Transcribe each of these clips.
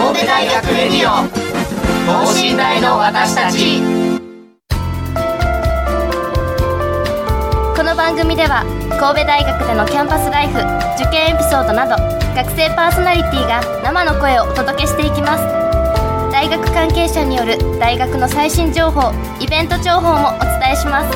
神戸大学レディオ等身大の私たち。 この番組では神戸大学でのキャンパスライフ、受験エピソードなど学生パーソナリティが生の声をお届けしていきます。大学関係者による大学の最新情報、イベント情報もお伝えします。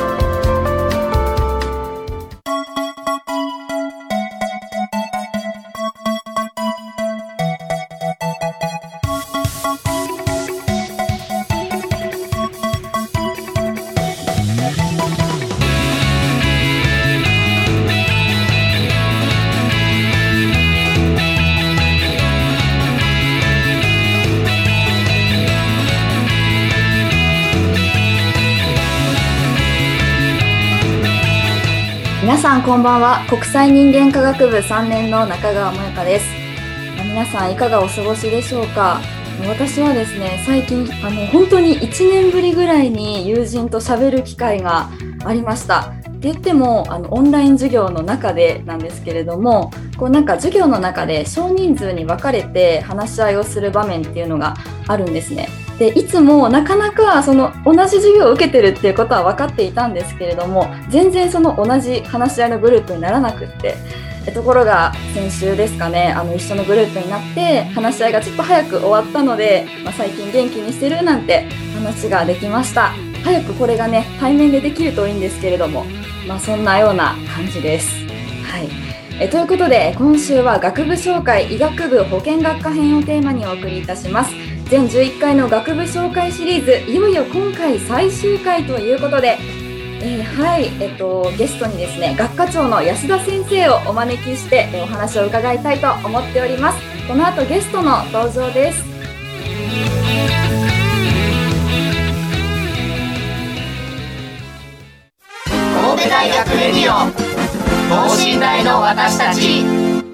皆さんこんばんは。国際人間科学部3年の中川萌香です。皆さんいかがお過ごしでしょうか。私はですね、最近本当に1年ぶりぐらいに友人と喋る機会がありました。って言ってもオンライン授業の中でなんですけれども、授業の中で少人数に分かれて話し合いをする場面っていうのがあるんですね。でいつもなかなか同じ授業を受けてるっていうことは分かっていたんですけれども、全然同じ話し合いのグループにならなくって、ところが先週ですかね、一緒のグループになって話し合いがちょっと早く終わったので、最近元気にしてるなんて話ができました。早くこれがね対面でできるといいんですけれども、そんなような感じです。はい。ということで今週は学部紹介医学部保健学科編をテーマにお送りいたします。全11回の学部紹介シリーズ、いよいよ今回最終回ということで、ゲストにですね、学科長の安田先生をお招きしてお話を伺いたいと思っております。この後ゲストの登場です。 神戸大学レディオ等身大の私たち。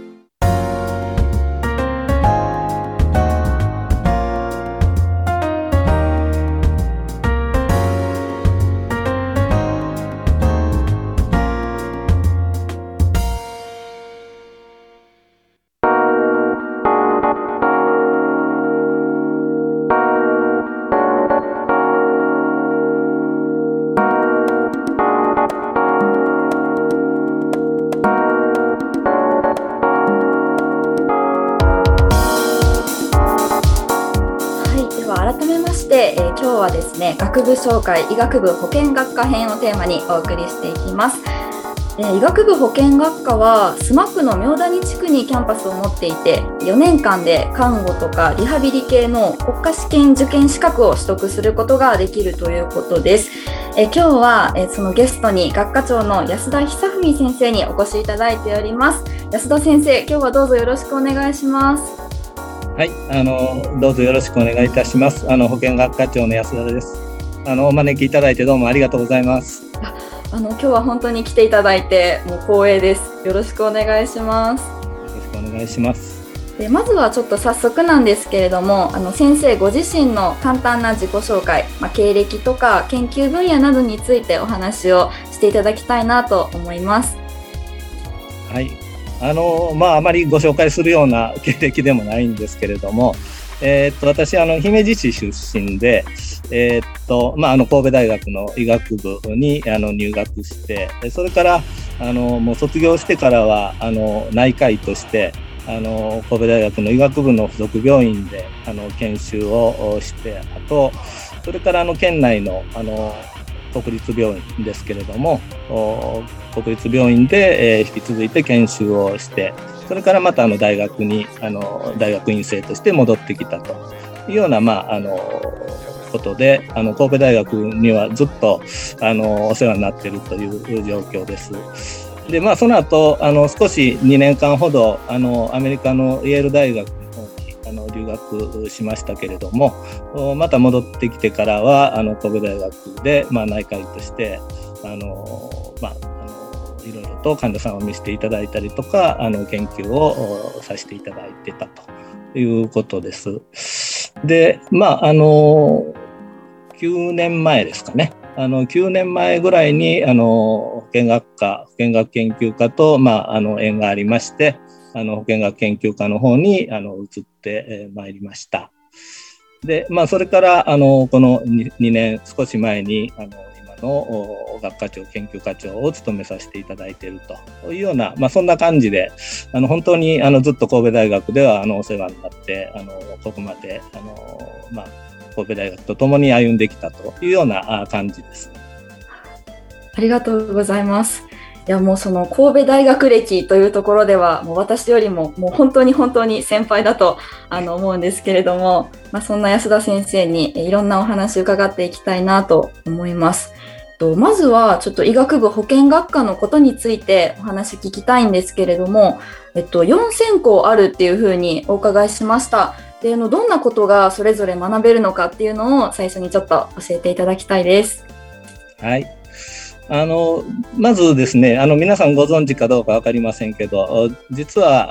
今日はですね、学部紹介医学部保健学科編をテーマにお送りしていきます。医学部保健学科はスマップの明谷地区にキャンパスを持っていて、4年間で看護とかリハビリ系の国家試験受験資格を取得することができるということです。今日はそのゲストに学科長の安田久文先生にお越しいただいております。安田先生、今日はどうぞよろしくお願いします。 はい、どうぞよろしくお願いいたします。保健学科長の安田です。お招きいただいてどうもありがとうございます。 今日は本当に来ていただいてもう光栄です。よろしくお願いします。 よろしくお願いします。 でまずはちょっと早速なんですけれども、先生ご自身の簡単な自己紹介、経歴とか研究分野などについてお話をしていただきたいなと思います。 はい。あまりご紹介するような経歴でもないんですけれども、私姫路市出身で、神戸大学の医学部に入学して、それからもう卒業してからは内科医として神戸大学の医学部の附属病院で研修をして、あとそれから県内の国立病院ですけれども、国立病院で、引き続いて研修をして、それからまた大学に大学院生として戻ってきたというようなことで、神戸大学にはずっとお世話になっているという状況です。でその後少し2年間ほどアメリカのイェール大学の方に留学しましたけれども、また戻ってきてからは神戸大学で内科医としていろいろと患者さんを見せていただいたりとか研究をさせていただいてたということです。で9年前ですかね、9年前ぐらいに保健学研究科と縁がありまして、 保健学研究科の方に移ってまいりました。で、それからこの 2年少し前に今の学科長研究課長を務めさせていただいているというような、そんな感じで本当にずっと神戸大学ではお世話になってここまで神戸大学と共に歩んできたというような感じです。 ありがとうございます。いや、もうその神戸大学歴というところではもう私よりももう本当に先輩だと思うんですけれども、そんな安田先生にいろんなお話を伺っていきたいなと思います。まずはちょっと医学部保健学科のことについてお話聞きたいんですけれども、4専攻あるっていうふうにお伺いしました。で、どんなことがそれぞれ学べるのかっていうのを最初にちょっと教えていただきたいです。 はい。まずですね、皆さんご存知かどうか分かりませんけど、実は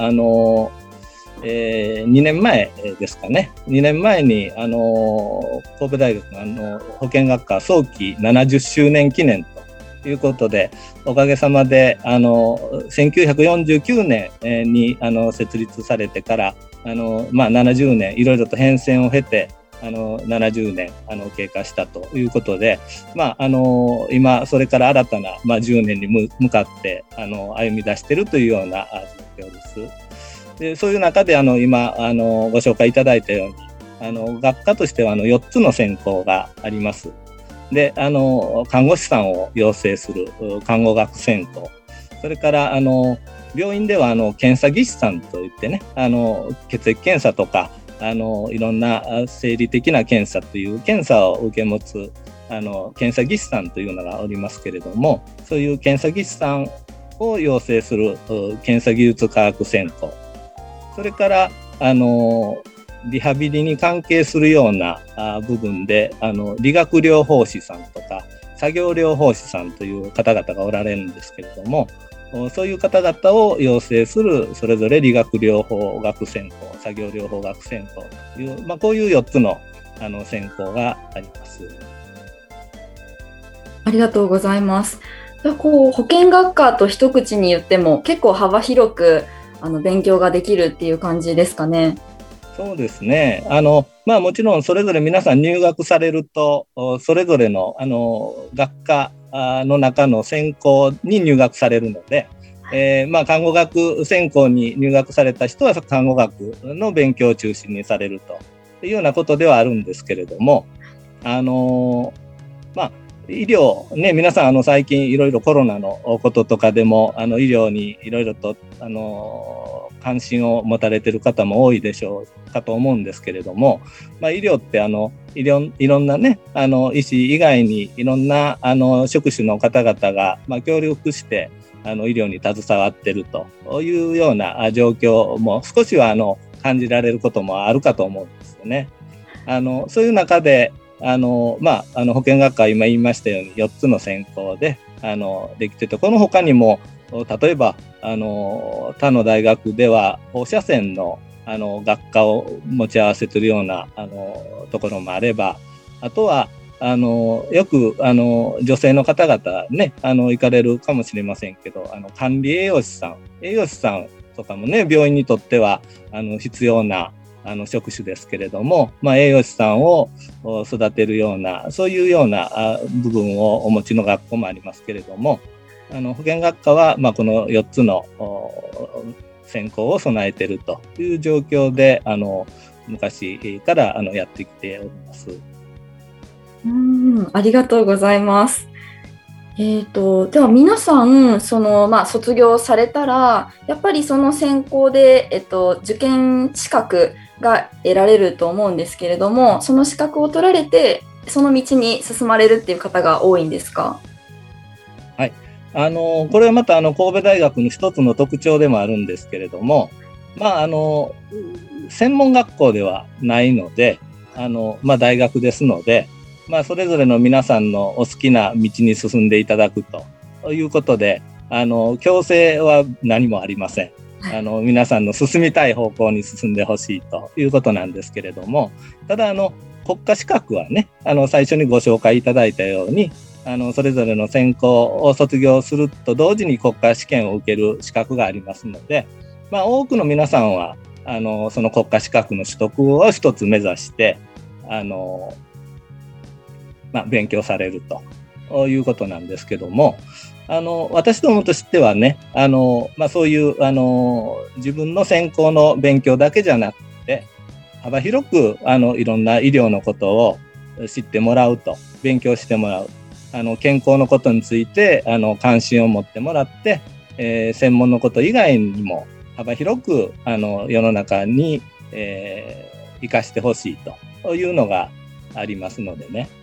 2年前ですかね、2年前に神戸大学の保健学科早期70周年記念ということで、おかげさまで1949年に設立されてから70年いろいろと変遷を経て70年経過したということで、今それから新たな10年に向かって歩み出しているというような状況です。で、そういう中で今ご紹介いただいたように学科としては4つの専攻があります。で、看護師さんを養成する看護学専攻、それから病院では検査技師さんといってね、血液検査とかいろんな生理的な検査という検査を受け持つ検査技師さんというのがおりますけれども、そういう検査技師さんを養成する検査技術科学専攻、それからリハビリに関係するような部分で理学療法士さんとか作業療法士さんという方々がおられるんですけれども、そういう方々を養成するそれぞれ理学療法学専攻、作業療法学専攻という、こういう4つの専攻があります。 ありがとうございます。保健学科と一口に言っても結構幅広く勉強ができるっていう感じですかね。 そうですね。もちろんそれぞれ皆さん入学されるとそれぞれの学科の中の専攻に入学されるので、看護学専攻に入学された人は看護学の勉強を中心にされるというようなことではあるんですけれども、医療ね、皆さん最近いろいろコロナのこととかでも医療にいろいろと関心を持たれている方も多いでしょうかと思うんですけれども、医療っていろんなね医師以外にいろんな職種の方々が協力して医療に携わっているというような状況も少しは感じられることもあるかと思うんですよね。そういう中で保健学科は今言いましたように4つの専攻でできてて、この他にも例えば他の大学では放射線の学科を持ち合わせているようなところもあれば、あとはよく女性の方々ね行かれるかもしれませんけど管理栄養士さんとかもね病院にとっては必要な職種ですけれども、栄養士さんを育てるようなそういうような部分をお持ちの学校もありますけれども、保健学科はこの4つの専攻を備えているという状況で昔からやってきております。 ありがとうございます。では皆さん卒業されたらやっぱりその専攻で、受験資格が得られると思うんですけれども、その資格を取られてその道に進まれるっていう方が多いんですか？ はい、これはまた神戸大学の一つの特徴でもあるんですけれども、専門学校ではないので大学ですので、それぞれの皆さんのお好きな道に進んでいただくということで強制は何もありません。皆さんの進みたい方向に進んでほしいということなんですけれども、ただ国家資格はね最初にご紹介いただいたようにそれぞれの専攻を卒業すると同時に国家試験を受ける資格がありますので、 多くの皆さんはその国家資格の取得を一つ目指して勉強されるということなんですけども、私どもとしてはね、そういう自分の専攻の勉強だけじゃなくて、幅広くいろんな医療のことを知ってもらうと、勉強してもらう、健康のことについて関心を持ってもらって、専門のこと以外にも幅広く世の中に、生かしてほしいというのがありますのでね、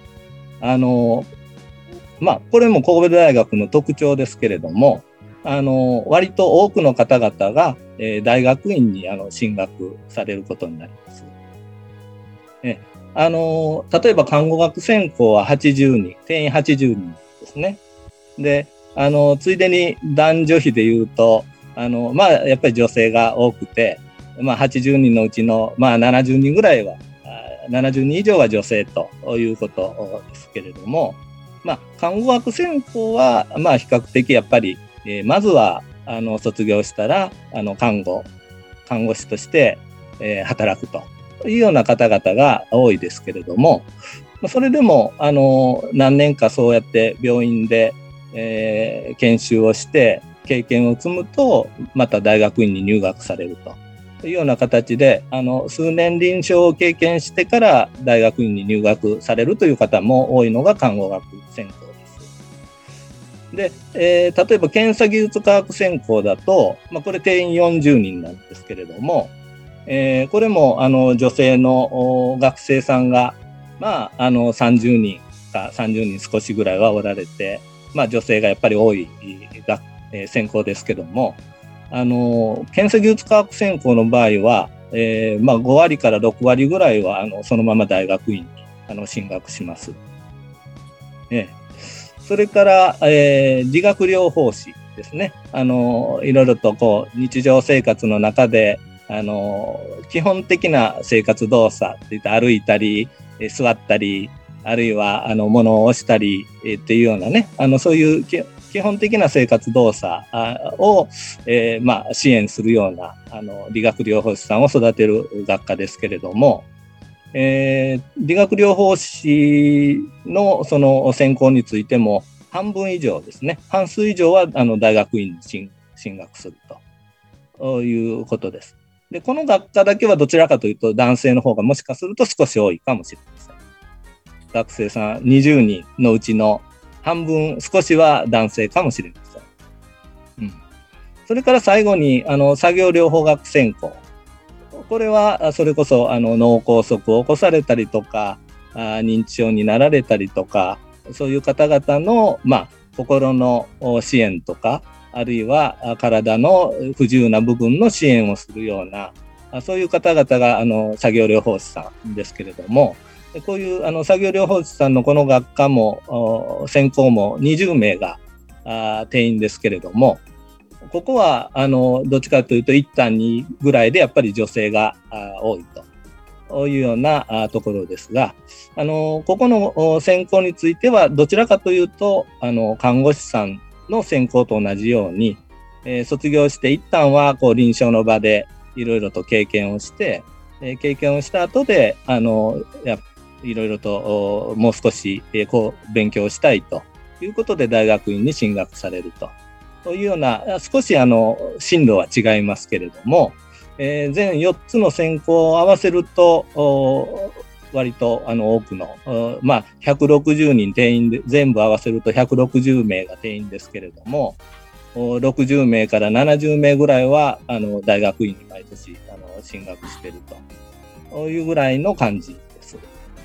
これも神戸大学の特徴ですけれども、割と多くの方々が、大学院に進学されることになります。例えば看護学専攻は80人、定員80人ですね。で、ついでに男女比で言うと、やっぱり女性が多くて、80人のうちの、70人ぐらいは、70人以上は女性ということですけれども、看護学専攻は、比較的やっぱり、まずは、卒業したら、看護師として、働くというような方々が多いですけれども、それでも、何年かそうやって病院で、研修をして経験を積むと、また大学院に入学されるというような形で、数年臨床を経験してから大学院に入学されるという方も多いのが看護学専攻です。で、例えば検査技術科学専攻だと、これ定員40人なんですけれども、これも女性の学生さんが、30人か30人少しぐらいはおられて、女性がやっぱり多い専攻ですけども、検査技術科学専攻の場合は、5割から6割ぐらいはそのまま大学院に進学します。それから、理学療法士ですね。いろいろと日常生活の中で基本的な生活動作といった歩いたり座ったり、あるいは物を押したりっていうようなね、そういう基本的な生活動作を、支援するような理学療法士さんを育てる学科ですけれども、理学療法士のその専攻についても半分以上ですね、半数以上は大学院に進学するということです。で、この学科だけはどちらかというと男性の方がもしかすると少し多いかもしれません。学生さん20人のうちの半分少しは男性かもしれません。それから最後に作業療法学専攻。これはそれこそ脳梗塞を起こされたりとか認知症になられたりとか、そういう方々の、心の支援とか、あるいは体の不自由な部分の支援をするような、そういう方々が作業療法士さんですけれども、こういう作業療法士さんのこの学科も専攻も20名が定員ですけれども、ここはどっちかというと1単2ぐらいでやっぱり女性が多いというようなところですが、ここの専攻についてはどちらかというと看護師さんの専攻と同じように、卒業して一旦は臨床の場でいろいろと経験をして、経験をした後でいろいろともう少し勉強したいということで大学院に進学されるというような、少し進路は違いますけれども、全4つの専攻を合わせると割と多くの160人定員で全部合わせると160名が定員ですけれども、60名から70名ぐらいは大学院に毎年進学しているというぐらいの感じです。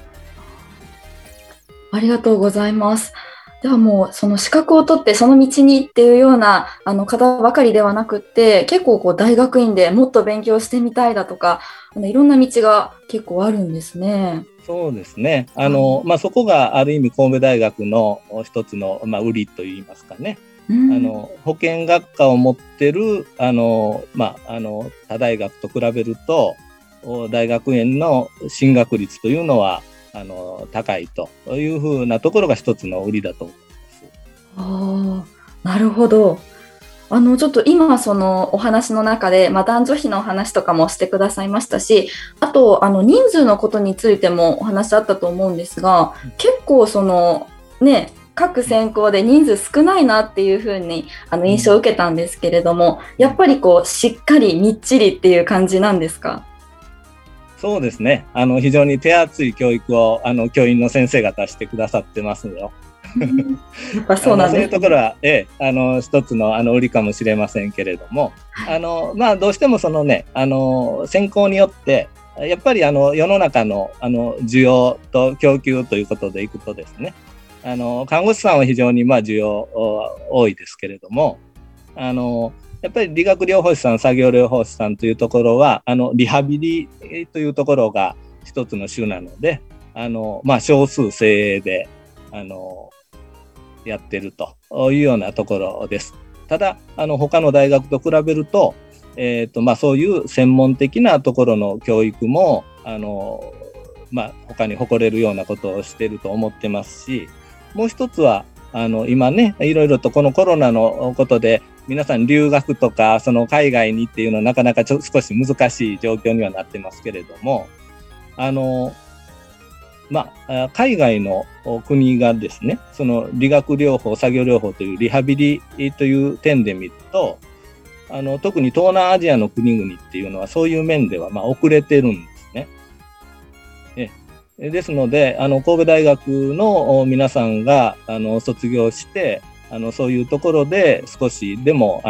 ありがとうございます。ではもうその資格を取ってその道にっていうような方ばかりではなくって、結構大学院でもっと勉強してみたいだとかいろんな道が結構あるんですね。 そうですね。そこがある意味神戸大学の一つの売りといいますかね。保健学科を持ってる他大学と比べると大学院の進学率というのは高いというふうなところが一つの売りだと思います。 なるほど。 ちょっと今そのお話の中で、男女比のお話とかもしてくださいましたし、あと人数のことについてもお話あったと思うんですが、結構そのね、各専攻で人数少ないなっていう風に印象を受けたんですけれども、やっぱりこうしっかりみっちりっていう感じなんですか？ そうですね。非常に手厚い教育を教員の先生方してくださってますよ。 やっぱそうなんですね。 そういうところは、一つの売りかもしれませんけれども、どうしてもそのね、専攻によってやっぱり世の中の需要と供給ということでいくとですね、看護師さんは非常に需要多いですけれども、やっぱり理学療法士さん、作業療法士さんというところはリハビリというところが一つの種なので、少数精鋭でやってるというようなところです。ただ他の大学と比べると、そういう専門的なところの教育も他に誇れるようなことをしていると思ってますし、もう一つは今ね、いろいろとこのコロナのことで皆さん留学とかその海外にっていうのはなかなか少し難しい状況にはなってますけれども、海外の国がですね、その理学療法、作業療法というリハビリという点で見ると、特に東南アジアの国々っていうのはそういう面では遅れてるんですね。ですので神戸大学の皆さんが卒業してそういうところで少しでも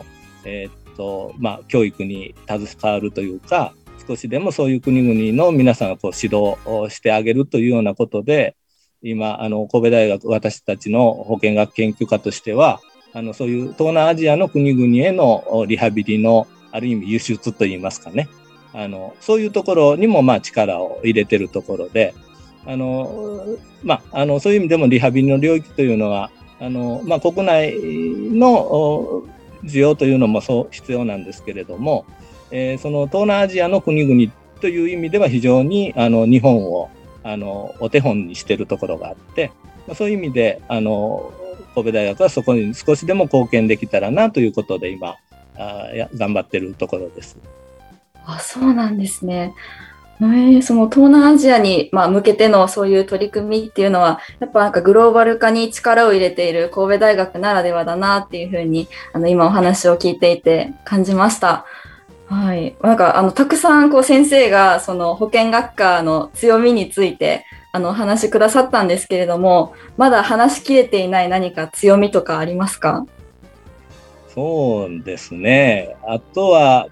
教育に携わるというか、少しでもそういう国々の皆さんがこう指導をしてあげるというようなことで、今神戸大学、私たちの保健学研究科としてはそういう東南アジアの国々へのリハビリのある意味輸出といいますかね、そういうところにも力を入れてるところで、そういう意味でもリハビリの領域というのは国内の需要というのもそう必要なんですけれども、その東南アジアの国々という意味では非常に日本をお手本にしているところがあって、そういう意味で神戸大学はそこに少しでも貢献できたらなということで今頑張っているところです。 そうなんですね。その東南アジアに向けてのそういう取り組みっていうのはやっぱグローバル化に力を入れている神戸大学ならではだなっていうふうに今お話を聞いていて感じました。はい、たくさん先生がその保健学科の強みについてお話しくださったんですけれども、まだ話しきれていない何か強みとかありますか？ そうですね。あとは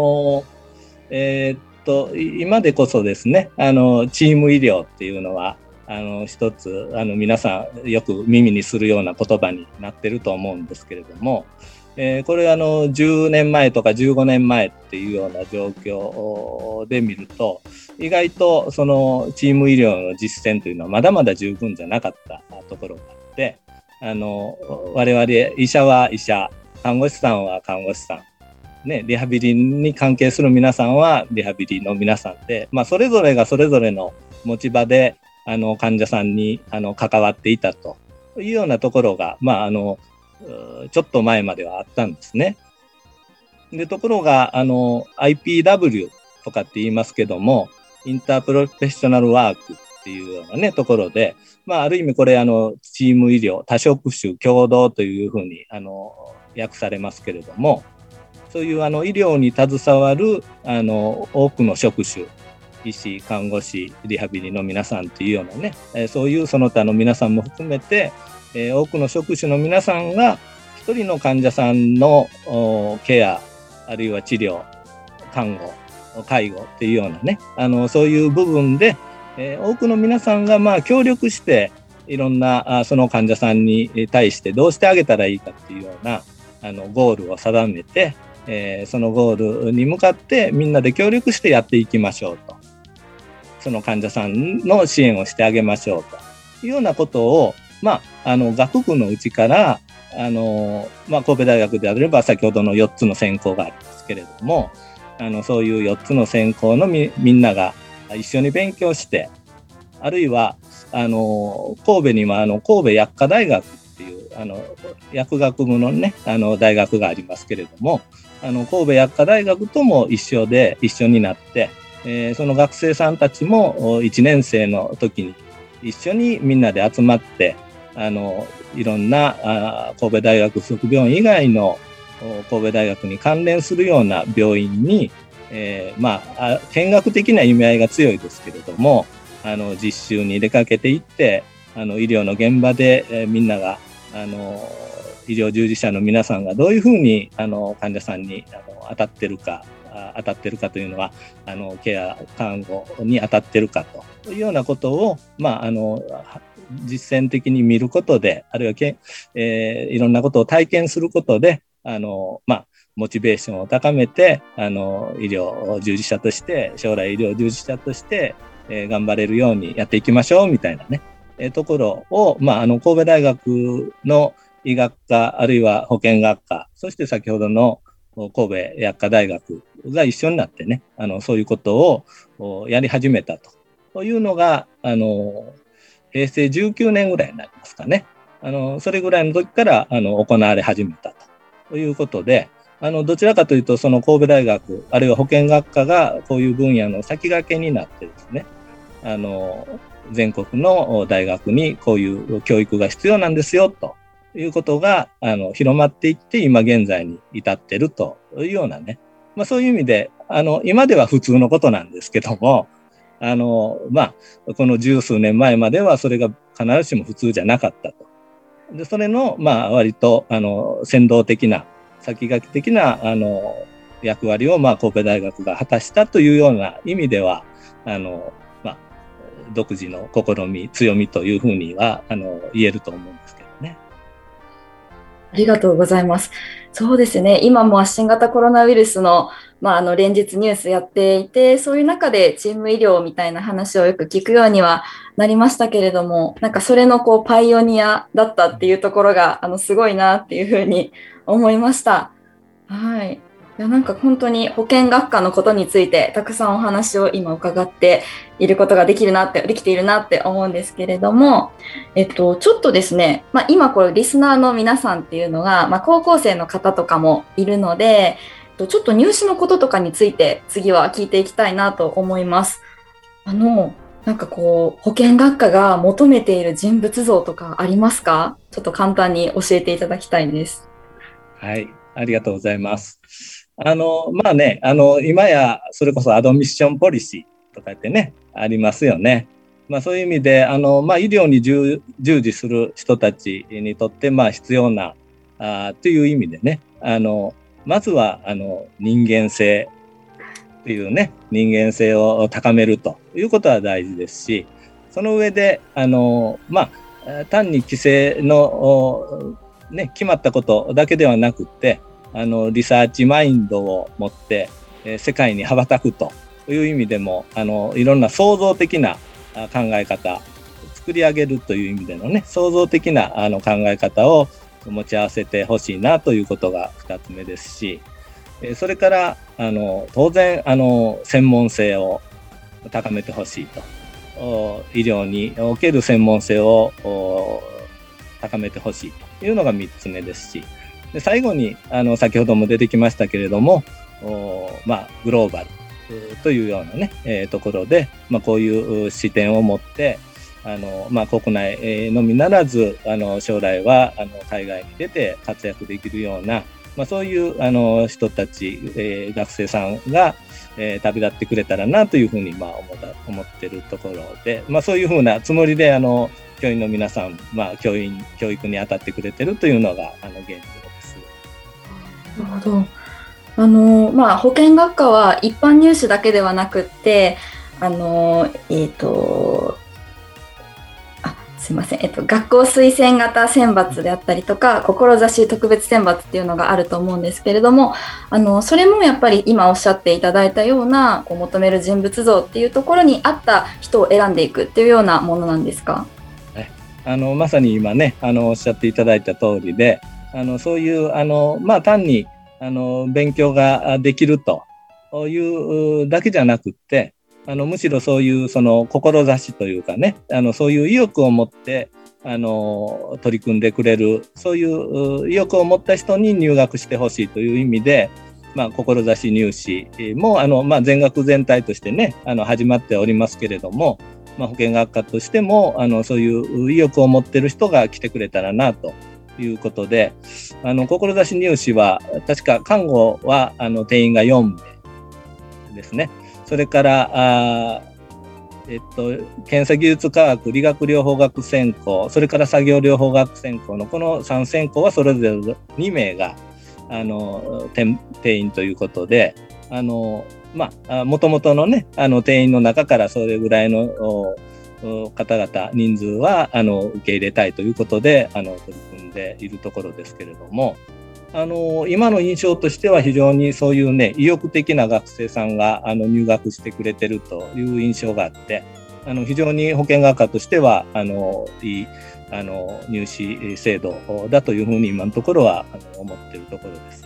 今でこそですね、チーム医療っていうのは一つ皆さんよく耳にするような言葉になってると思うんですけれども、これ10年前とか15年前っていうような状況で見ると、意外とそのチーム医療の実践というのはまだまだ十分じゃなかったところがあって、我々医者は医者、看護師さんは看護師さん、リハビリに関係する皆さんはリハビリの皆さんで、それぞれがそれぞれの持ち場で患者さんに関わっていたというようなところが、ちょっと前まではあったんですね。で、ところがIPW とかって言いますけども、インタープロフェッショナルワークっていうようなところで、ある意味これチーム医療、多職種共同というふうに訳されますけれども、そういう医療に携わる多くの職種、医師、看護師、リハビリの皆さんというようなそういうその他の皆さんも含めて、多くの職種の皆さんが一人の患者さんのケア、あるいは治療、看護、介護っていうようなそういう部分で、多くの皆さんが協力していろんなその患者さんに対してどうしてあげたらいいかっていうようなゴールを定めて、そのゴールに向かってみんなで協力してやっていきましょうと、その患者さんの支援をしてあげましょうというようなことを、学部のうちから神戸大学であれば先ほどの4つの専攻がありますけれども、そういう4つの専攻のみんなが一緒に勉強して、あるいは神戸には神戸薬科大学っていう薬学部のね、大学がありますけれども、神戸薬科大学とも一緒になって、その学生さんたちも1年生の時に一緒にみんなで集まって、いろんな神戸大学附属病院以外の神戸大学に関連するような病院に、見学的な意味合いが強いですけれども、実習に出かけていって、医療の現場で、みんなが医療従事者の皆さんがどういうふうに患者さんに当たってるかというのはケア看護に当たってるかというようなことを、実践的に見ることで、あるいはいろんなことを体験することでモチベーションを高めて医療従事者として将来医療従事者として頑張れるようにやっていきましょうみたいなねところを、神戸大学の医学科あるいは保健学科、そして先ほどの神戸薬科大学が一緒になってねそういうことをやり始めたというのが平成19年ぐらいになりますかね。それぐらいの時から行われ始めたということで、どちらかというとその神戸大学あるいは保健学科がこういう分野の先駆けになってですね、全国の大学にこういう教育が必要なんですよということが広まっていって今現在に至っているというようなね、そういう意味で今では普通のことなんですけどもこの十数年前まではそれが必ずしも普通じゃなかったと。でそれの割と先導的な先駆け的な役割を神戸大学が果たしたというような意味では独自の試み強みというふうには言えると思うんですけどね。 ありがとうございます。そうですね、今も新型コロナウイルスの、連日ニュースやっていて、そういう中でチーム医療みたいな話をよく聞くようにはなりましたけれども、なんかそれのパイオニアだったっていうところがすごいなっていうふうに思いました。はい。いやなんか本当に保健学科のことについてたくさんお話を今伺っていることができているなって思うんですけれども、ちょっとですね、今これリスナーの皆さんっていうのが、高校生の方とかもいるので、ちょっと入試のこととかについて次は聞いていきたいなと思います。なんか保健学科が求めている人物像とかありますか？ちょっと簡単に教えていただきたいです。 はい、ありがとうございます。今やそれこそアドミッションポリシーとかってねありますよね。そういう意味で医療に従事する人たちにとって必要なという意味でねまずは人間性というね人間性を高めるということは大事ですし、その上で単に規制の決まったことだけではなくってリサーチマインドを持って、世界に羽ばたくという意味でもいろんな創造的な考え方作り上げるという意味でのね創造的な考え方を持ち合わせてほしいなということが2つ目ですし、それから当然専門性を高めてほしいと医療における専門性を高めてほしいというのが3つ目ですし、で最後に先ほども出てきましたけれどもグローバルというようなね、ところで、こういう視点を持って国内のみならず将来は海外に出て活躍できるような、そういう人たち、学生さんが、旅立ってくれたらなというふうに思っているところで、そういうふうなつもりで教員の皆さん、教育に当たってくれてるというのが現状です。 なるほど。保健学科は一般入試だけではなくってすいません、学校推薦型選抜であったりとか志特別選抜っていうのがあると思うんですけれども、それもやっぱり今おっしゃっていただいたような求める人物像っていうところに合った人を選んでいくっていうようなものなんですか？ まさに今ねおっしゃっていただいた通りでそういう単に勉強ができるというだけじゃなくってむしろそういうその志というかねそういう意欲を持って取り組んでくれる、そういう意欲を持った人に入学してほしいという意味で、志入試も全学全体としてね始まっておりますけれども、保健学科としてもそういう意欲を持っている人が来てくれたらなということで、志入試は確か看護は定員が4名ですね。それから検査技術科学、理学療法学専攻、それから作業療法学専攻のこの3専攻はそれぞれ2名が定員ということで、もともとのね定員の中からそれぐらいの方々人数は受け入れたいということで取り組んでいるところですけれども、今の印象としては非常にそういうね意欲的な学生さんが入学してくれてるという印象があって、非常に保健学科としてはいい入試制度だというふうに今のところは思っているところです。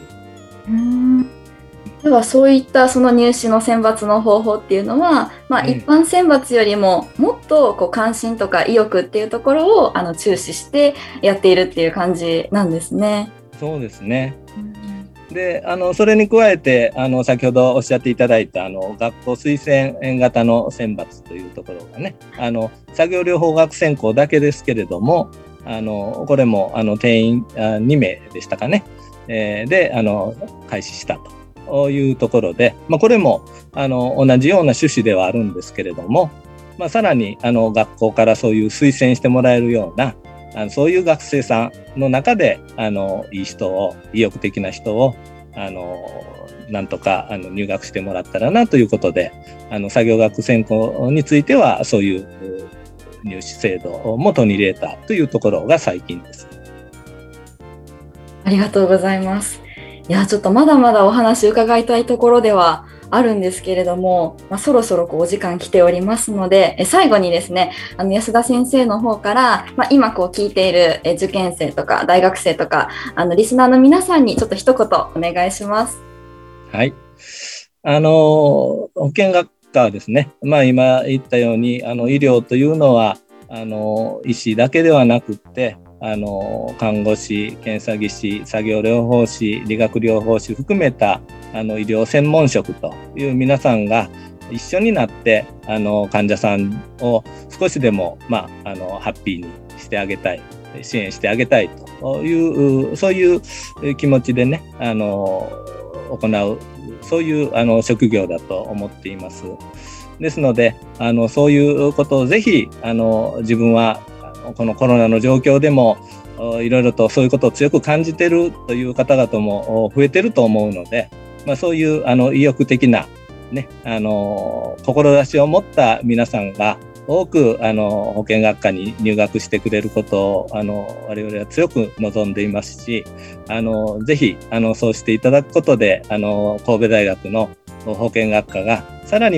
ではそういったその入試の選抜の方法っていうのは、一般選抜よりももっと関心とか意欲っていうところを注視してやっているっていう感じなんですね。 そうですね。でそれに加えて先ほどおっしゃっていただいた学校推薦型の選抜というところがね作業療法学専攻だけですけれどもこれも定員2名でしたかね、で開始したというところで、これも同じような趣旨ではあるんですけれども、さらに学校からそういう推薦してもらえるようなそういう学生さんの中でいい人を意欲的な人をなんとか入学してもらったらなということで作業学専攻についてはそういう入試制度も取り入れたというところが最近です。 ありがとうございます。いやちょっとまだまだお話伺いたいところではあるんですけれども、そろそろお時間来ておりますので、最後にですね安田先生の方から、今聞いている受験生とか大学生とかリスナーの皆さんにちょっと一言お願いします。 はい、保健学科はですね、今言ったように医療というのは医師だけではなくって看護師、検査技師、作業療法士、理学療法士含めた医療専門職という皆さんが一緒になって患者さんを少しでもハッピーにしてあげたい、支援してあげたいというそういう気持ちでね行うそういう職業だと思っています。ですのでそういうことをぜひ自分はこのコロナの状況でもいろいろとそういうことを強く感じているという方々も増えていると思うので、そういう意欲的な、ね、志を持った皆さんが多く保健学科に入学してくれることを我々は強く望んでいますしぜひそうしていただくことで神戸大学の保健学科がさらに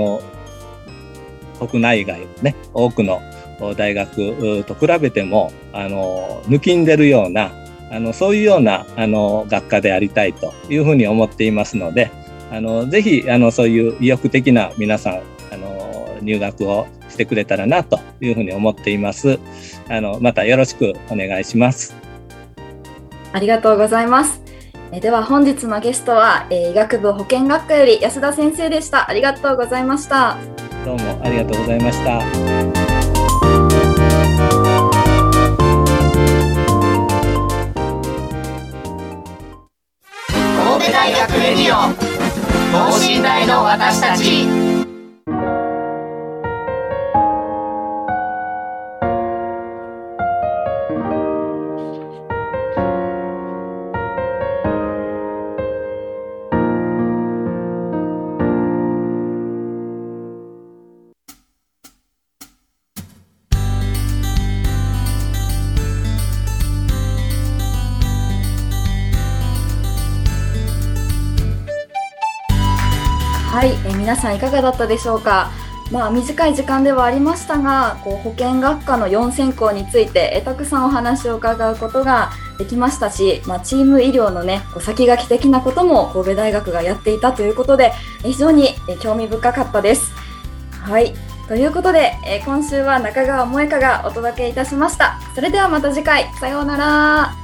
国内外のね多くの大学と比べても抜きんでるようなそういうような学科でありたいというふうに思っていますのでぜひそういう意欲的な皆さん入学をしてくれたらなというふうに思っています。またよろしくお願いします。 ありがとうございます。では本日のゲストは医学部保健学科より安田先生でした。ありがとうございました。 どうもありがとうございました。 神戸大学レディオ等身大の私たち。 はい、皆さんいかがだったでしょうか。短い時間ではありましたが保健学科の4専攻についてたくさんお話を伺うことができましたし、チーム医療のね先駆け的なことも神戸大学がやっていたということで非常に興味深かったです。はい、 ということで、今週は中川萌香がお届けいたしました。それではまた次回、さようなら。